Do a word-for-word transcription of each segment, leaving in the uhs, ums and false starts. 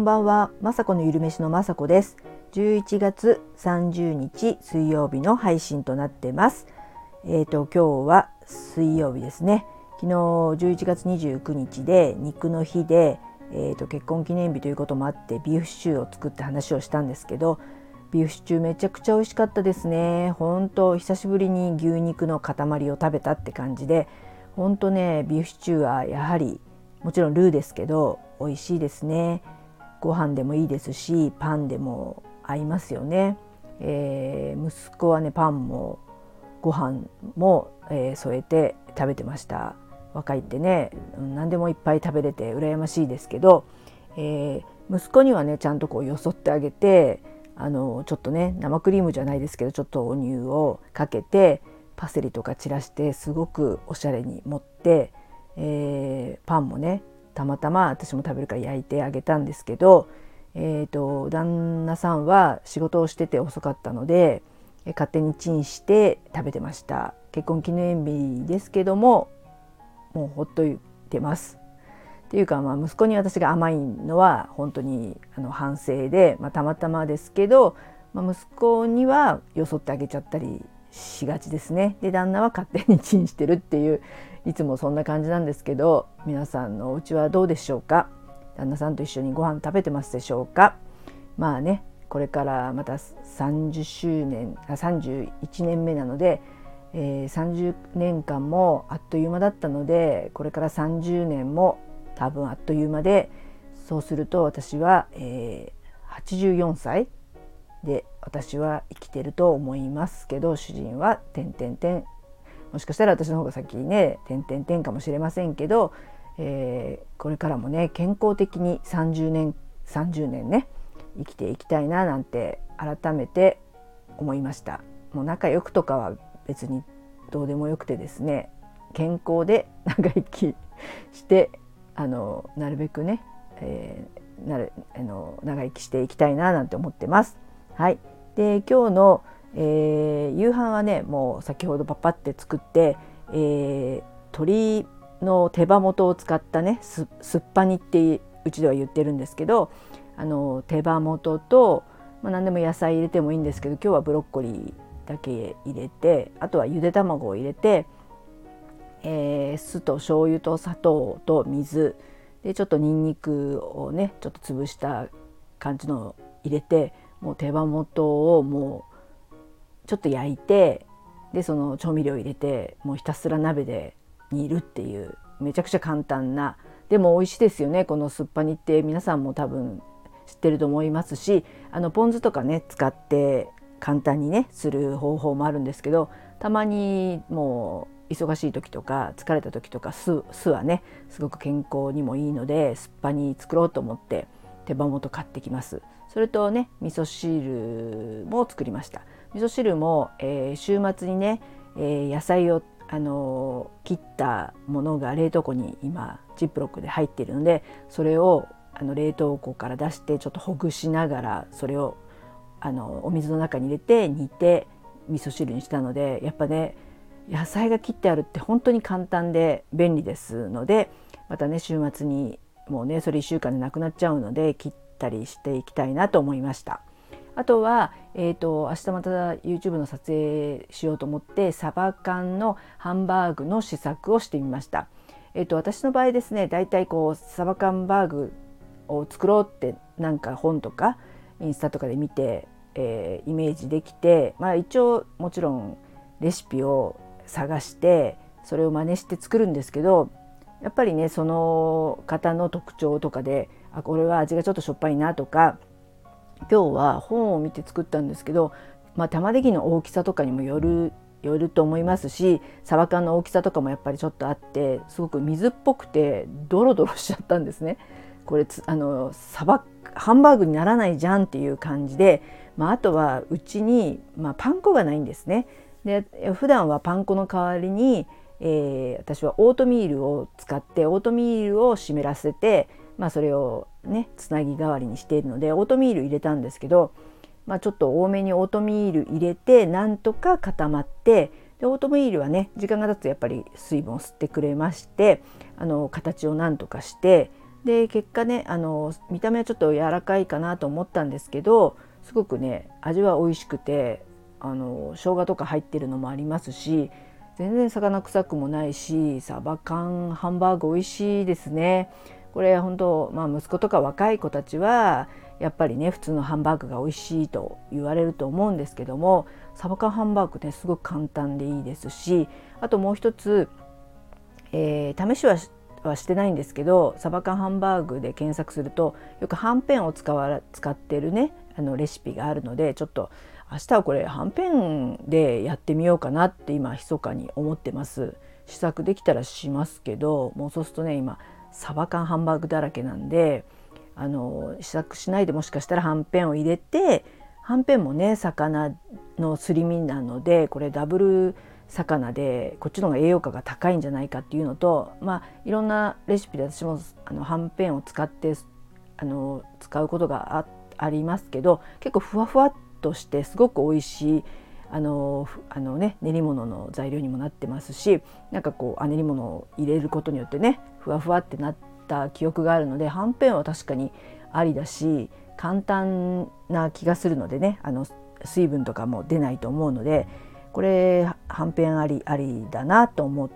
んばんは、まさこのゆるめしのまさこです。じゅういちがつさんじゅうにち水曜日の配信となっています。えーと今日は水曜日ですね。昨日じゅういちがつにじゅうくにちで肉の日で、えーと結婚記念日ということもあってビーフシチューを作って話をしたんですけど、ビーフシチューめちゃくちゃ美味しかったですね。本当久しぶりに牛肉の塊を食べたって感じで、本当ねビーフシチューはやはりもちろんルーですけど美味しいですね。ご飯でもいいですしパンでも合いますよね。えー、息子はねパンもご飯も、えー、添えて食べてました。若いってね何でもいっぱい食べれて羨ましいですけど、えー、息子にはねちゃんとこうよそってあげて、あのちょっとね生クリームじゃないですけどちょっとお乳をかけてパセリとか散らしてすごくおしゃれに盛って、えー、パンもねたまたま私も食べるから焼いてあげたんですけど、えーと、旦那さんは仕事をしてて遅かったので勝手にチンして食べてました。結婚記念日ですけどももうほっといてます。っていうか、まあ、息子に私が甘いのは本当にあの反省で、まあ、たまたまですけど、まあ、息子にはよそってあげちゃったりしがちですね。で旦那は勝手にチンしてるっていういつもそんな感じなんですけど、皆さんのお家はどうでしょうか。旦那さんと一緒にご飯食べてますでしょうか。まあねこれからまたさんじゅっしゅうねんさんじゅういちねんめなので、えー、さんじゅうねんかんもあっという間だったので、これからさんじゅうねんも多分あっという間で、そうすると私は、えー、はちじゅうよんさいで私は生きてると思いますけど、主人は点々点もしかしたら私の方が先にね点々点かもしれませんけど、えー、これからもね健康的にさんじゅうねんさんじゅうねんね生きていきたいななんて改めて思いました。もう仲良くとかは別にどうでもよくてですね、健康で長生きしてあのなるべくね、えー、なるあの長生きしていきたいななんて思ってます。はい。で今日の、えー、夕飯はねもう先ほどパパって作って、えー、鶏の手羽元を使ったね す, すっぱ煮ってうちでは言ってるんですけど、あの手羽元と、まあ、何でも野菜入れてもいいんですけど、今日はブロッコリーだけ入れて、あとはゆで卵を入れて、えー、酢と醤油と砂糖と水でちょっとニンニクをねちょっと潰した感じのを入れて、もう手羽元をもうちょっと焼いて、でその調味料入れてもうひたすら鍋で煮るっていうめちゃくちゃ簡単な、でも美味しいですよね。このすっぱ煮って皆さんも多分知ってると思いますし、あのポン酢とかね使って簡単にねする方法もあるんですけど、たまにもう忙しい時とか疲れた時とか 酢, 酢はねすごく健康にもいいので、すっぱ煮作ろうと思って手羽元買ってきます。それとね味噌汁も作りました。味噌汁も、えー、週末にね、えー、野菜をあのー、切ったものが冷凍庫に今ジップロックで入っているので、それをあの冷凍庫から出してちょっとほぐしながらそれをあのお水の中に入れて煮て味噌汁にしたので、やっぱね野菜が切ってあるって本当に簡単で便利ですので、またね週末にもうねそれいっしゅうかんでなくなっちゃうので切ったりしていきたいなと思いました。あとは、えーと、明日また YouTube の撮影しようと思ってサバ缶のハンバーグの試作をしてみました。えーと、私の場合ですね、だいたいこうサバ缶バーグを作ろうってなんか本とかインスタとかで見て、えー、イメージできて、まあ、一応もちろんレシピを探してそれを真似して作るんですけど、やっぱりねその方の特徴とかで、あこれは味がちょっとしょっぱいなとか、今日は本を見て作ったんですけど、まあ、玉ねぎの大きさとかにもよるよると思いますし、サバ缶の大きさとかもやっぱりちょっとあって、すごく水っぽくてドロドロしちゃったんですね。これあのサバハンバーグにならないじゃんっていう感じで、まあ、あとはうちに、まあ、パン粉がないんですね。で普段はパン粉の代わりに、えー、私はオートミールを使ってオートミールを湿らせて、まあ、それをねつなぎ代わりにしているのでオートミール入れたんですけど、まあ、ちょっと多めにオートミール入れてなんとか固まって、でオートミールはね時間が経つとやっぱり水分を吸ってくれまして、あの形をなんとかして、 で結果ねあの見た目はちょっと柔らかいかなと思ったんですけど、すごくね味は美味しくて、あの生姜とか入ってるのもありますし、全然魚臭くもないし、サバ缶ハンバーグ美味しいですね。これ本当、まあ、息子とか若い子たちはやっぱりね普通のハンバーグが美味しいと言われると思うんですけども、サバ缶ハンバーグねすごく簡単でいいですし、あともう一つ、えー、試しははしてないんですけど、サバ缶ハンバーグで検索するとよくはんぺんを使わ使ってるねあのレシピがあるので、ちょっと明日はこれはんぺんでやってみようかなって今密かに思ってます。試作できたらしますけど、もうそうするとね今サバ缶ハンバーグだらけなんで、あの試作しないでもしかしたらはんぺんを入れて、はんぺんもね魚のすり身なので、これダブル魚でこっちの方が栄養価が高いんじゃないかっていうのと、まあいろんなレシピで私もあのはんぺんを使ってあの使うことが あ, ありますけど、結構ふわふわっとしてすごく美味しいあのあのね練り物の材料にもなってますし、なんかこうあ練り物を入れることによってねふわふわってなった記憶があるので、はんぺんは確かにありだし簡単な気がするのでね、あの水分とかも出ないと思うので、これはんぺんありありだなと思って、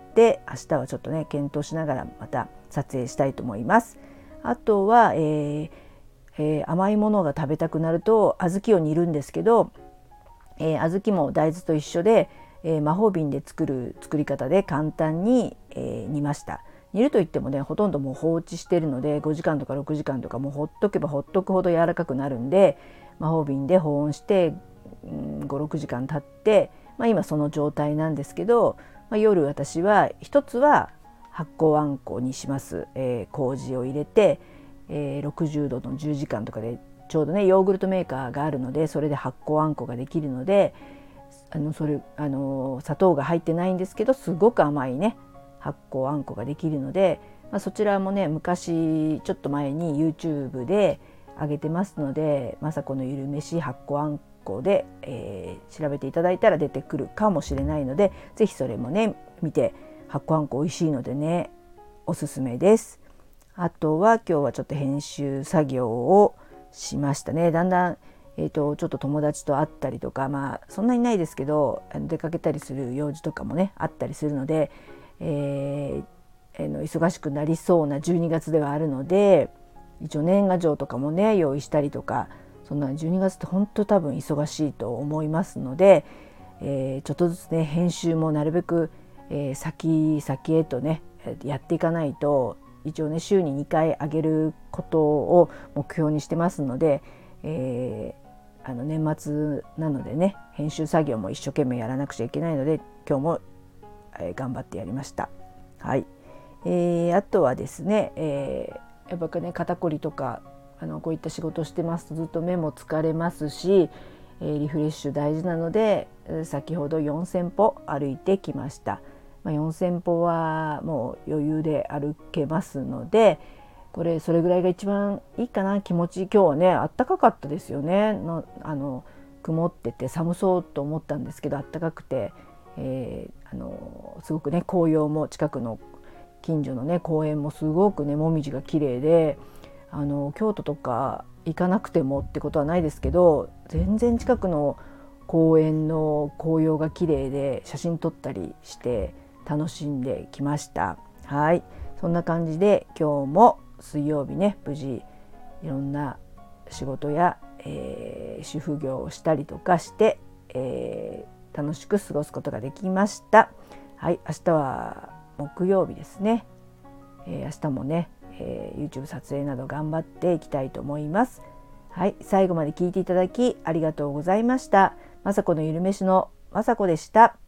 明日はちょっとね検討しながらまた撮影したいと思います。あとは、えーえー、甘いものが食べたくなると小豆を煮るんですけど、えー、小豆も大豆と一緒で、えー、魔法瓶で作る作り方で簡単に、えー、煮ました。煮るといってもねほとんどもう放置しているので、ごじかんとかろくじかんとかもうほっとけばほっとくほど柔らかくなるんで、魔法瓶で保温して、うん、ごろくじかん経って、まあ、今その状態なんですけど、まあ、夜私は一つは発酵あんこにします。えー、麹を入れて、えー、ろくじゅうどのじゅうじかんとかでちょうどねヨーグルトメーカーがあるので、それで発酵あんこができるので、あのそれあの砂糖が入ってないんですけどすごく甘いね発酵あんこができるので、まあ、そちらもね昔ちょっと前に YouTube で上げてますので、雅子のゆるめし発酵あんこで、えー、調べていただいたら出てくるかもしれないので、ぜひそれもね見て、発酵あんこ美味しいのでねおすすめです。あとは今日はちょっと編集作業をしましたね。だんだん、えーと、ちょっと友達と会ったりとか、まあそんなにないですけど出かけたりする用事とかもねあったりするので、えー、えー、の忙しくなりそうなじゅうにがつではあるので、一応年賀状とかもね用意したりとか、そんなじゅうにがつって本当多分忙しいと思いますので、えー、ちょっとずつね編集もなるべく、えー、先先へとねやっていかないと、一応ね週ににかい上げることを目標にしてますので、えー、あの年末なのでね編集作業も一生懸命やらなくちゃいけないので、今日も、えー、頑張ってやりました。はい、えー、あとはですね、えー、やっぱりね肩こりとかあのこういった仕事をしてますとずっと目も疲れますし、えー、リフレッシュ大事なので、先ほどよんせんぽ歩いてきました。まあ、よんせんぽはもう余裕で歩けますので、これそれぐらいが一番いいかな。気持ち今日はねあったかかったですよね。のあの曇ってて寒そうと思ったんですけど、あったかくて、えー、あのすごくね紅葉も近くの近所のね公園もすごくねもみじが綺麗で、あの京都とか行かなくてもってことはないですけど、全然近くの公園の紅葉が綺麗で写真撮ったりして楽しんできました。はい、そんな感じで今日も水曜日ね無事いろんな仕事や、えー、主婦業をしたりとかして、えー、楽しく過ごすことができました。はい、明日は木曜日ですね。えー、明日もね、えー、YouTube 撮影など頑張っていきたいと思います。はい、最後まで聞いていただきありがとうございました。雅子のゆるめしの雅子でした。